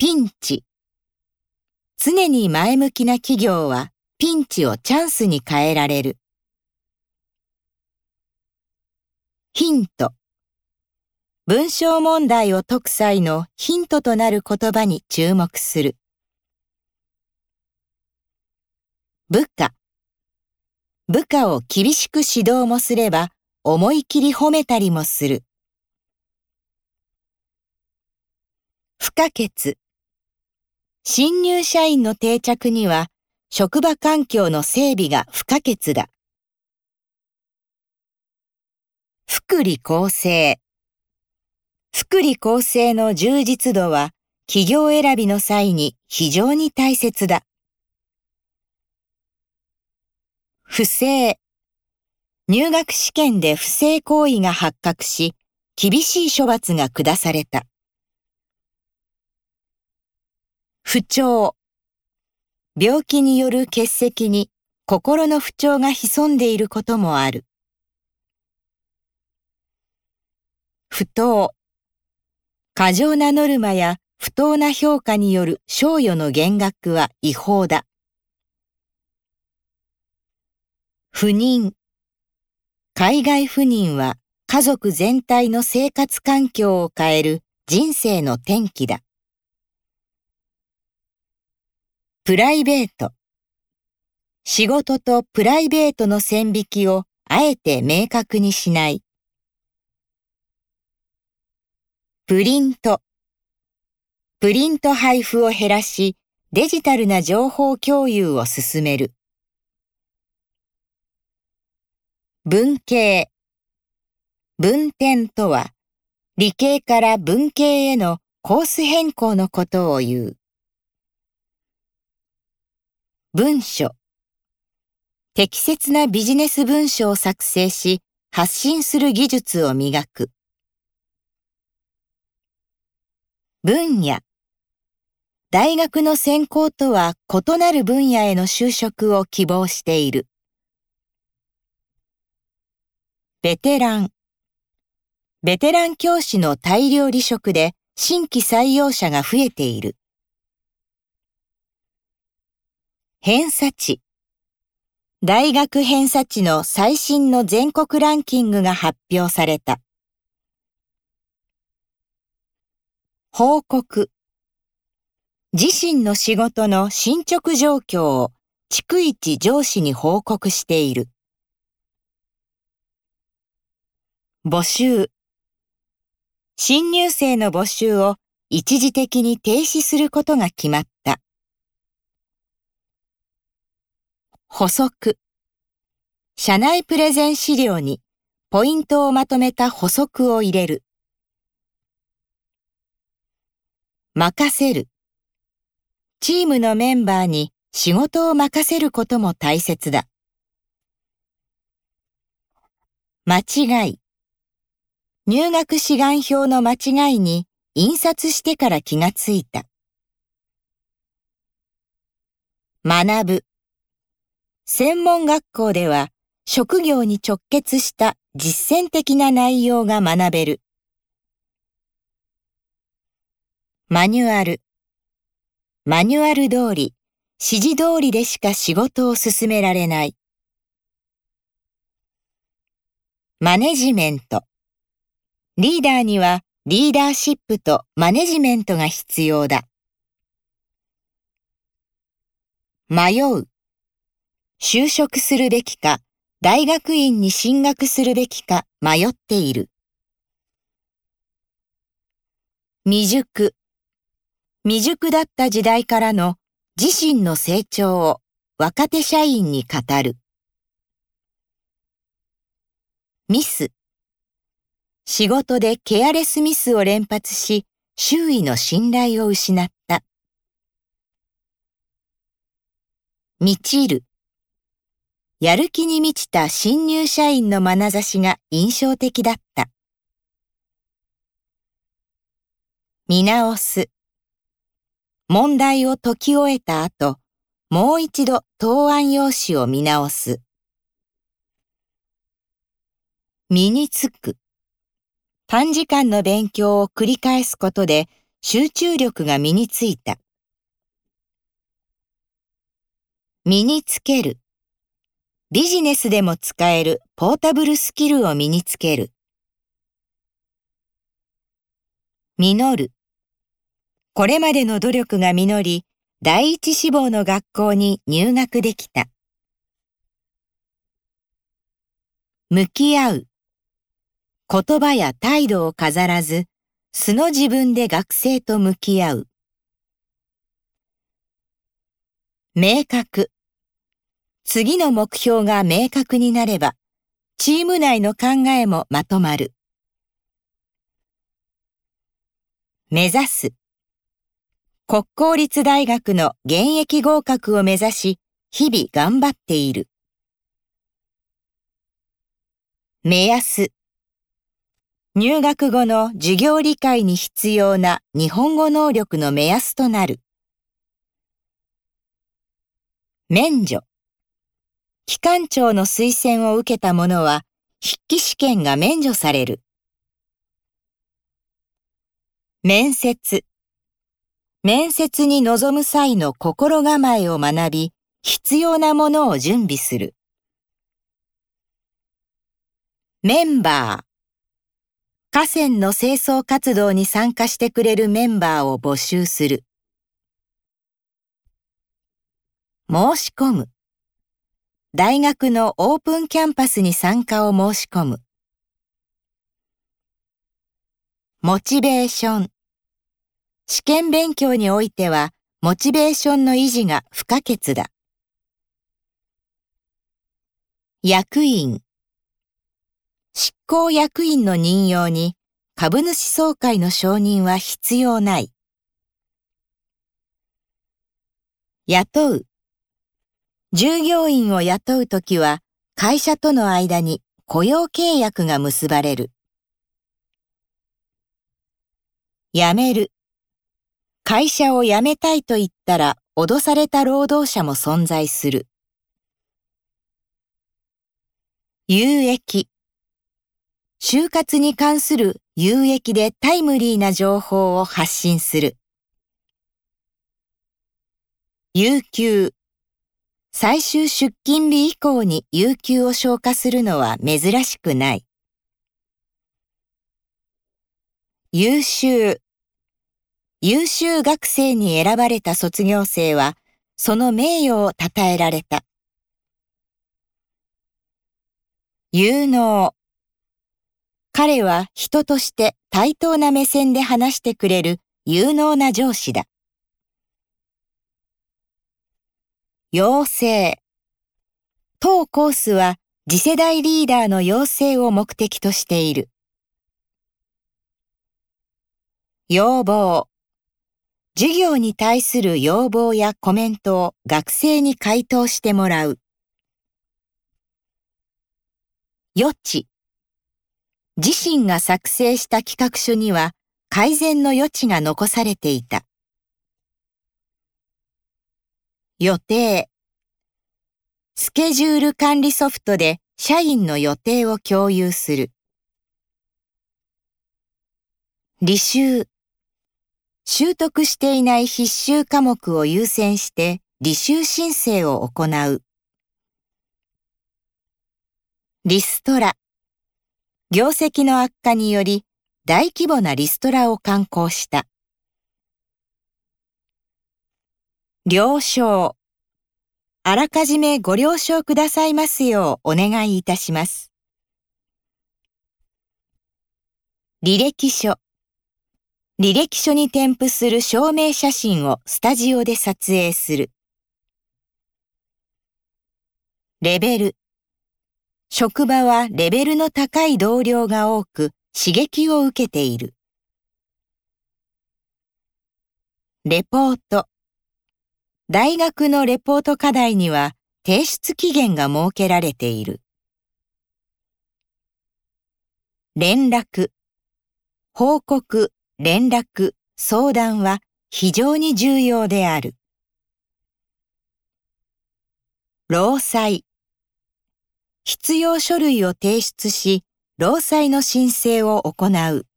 ピンチ。常に前向きな企業はピンチをチャンスに変えられる。ヒント。文章問題を解く際のヒントとなる言葉に注目する。部下。部下を厳しく指導もすれば、思い切り褒めたりもする。不可欠。新入社員の定着には、職場環境の整備が不可欠だ。福利厚生。福利厚生の充実度は、企業選びの際に非常に大切だ。不正。入学試験で不正行為が発覚し、厳しい処罰が下された。不調。病気による欠席に心の不調が潜んでいることもある。不当。過剰なノルマや不当な評価による賞与の減額は違法だ。赴任。海外赴任は家族全体の生活環境を変える人生の転機だ。プライベート。仕事とプライベートの線引きをあえて明確にしない。プリント。プリント配布を減らし、デジタルな情報共有を進める。文系。分転とは、理系から文系へのコース変更のことを言う。文書。適切なビジネス文書を作成し、発信する技術を磨く。分野。大学の専攻とは異なる分野への就職を希望している。ベテラン。ベテラン教師の大量離職で新規採用者が増えている。偏差値。大学偏差値の最新の全国ランキングが発表された。報告。自身の仕事の進捗状況を逐一上司に報告している。募集。新入生の募集を一時的に停止することが決まった。補足。社内プレゼン資料にポイントをまとめた補足を入れる。任せる。チームのメンバーに仕事を任せることも大切だ。間違い。入学志願票の間違いに印刷してから気がついた。学ぶ。専門学校では職業に直結した実践的な内容が学べる。マニュアル。マニュアル通り、指示通りでしか仕事を進められない。マネジメント。リーダーにはリーダーシップとマネジメントが必要だ。迷う。就職するべきか、大学院に進学するべきか迷っている。未熟。未熟だった時代からの自身の成長を若手社員に語る。ミス。仕事でケアレスミスを連発し、周囲の信頼を失った。満ちる。やる気に満ちた新入社員の眼差しが印象的だった。見直す。問題を解き終えた後、もう一度答案用紙を見直す。身につく。短時間の勉強を繰り返すことで、 集中力が身についた。身につける。ビジネスでも使えるポータブルスキルを身につける。実る。これまでの努力が実り、第一志望の学校に入学できた。向き合う。言葉や態度を飾らず、素の自分で学生と向き合う。明確。次の目標が明確になれば、チーム内の考えもまとまる。目指す。国公立大学の現役合格を目指し、日々頑張っている。目安。入学後の授業理解に必要な日本語能力の目安となる。免除。機関長の推薦を受けた者は、筆記試験が免除される。面接。面接に臨む際の心構えを学び、必要なものを準備する。メンバー。河川の清掃活動に参加してくれるメンバーを募集する。申し込む。大学のオープンキャンパスに参加を申し込む。モチベーション。試験勉強においては、モチベーションの維持が不可欠だ。役員。執行役員の任用に株主総会の承認は必要ない。雇う。従業員を雇うときは会社との間に雇用契約が結ばれる。辞める。会社を辞めたいと言ったら脅された労働者も存在する。有益。就活に関する有益でタイムリーな情報を発信する。有給。最終出勤日以降に有給を消化するのは珍しくない。優秀。優秀学生に選ばれた卒業生は、その名誉を称えられた。有能。彼は人として対等な目線で話してくれる有能な上司だ。養成。当コースは次世代リーダーの養成を目的としている。要望。授業に対する要望やコメントを学生に回答してもらう。予知。自身が作成した企画書には改善の余地が残されていた。予定。スケジュール管理ソフトで社員の予定を共有する。履修。習得していない必修科目を優先して履修申請を行う。リストラ。業績の悪化により大規模なリストラを敢行した。了承。あらかじめご了承くださいますようお願いいたします。履歴書。履歴書に添付する証明写真をスタジオで撮影する。レベル。職場はレベルの高い同僚が多く刺激を受けている。レポート。大学のレポート課題には提出期限が設けられている。連絡。報告、連絡、相談は非常に重要である。労災。必要書類を提出し、労災の申請を行う。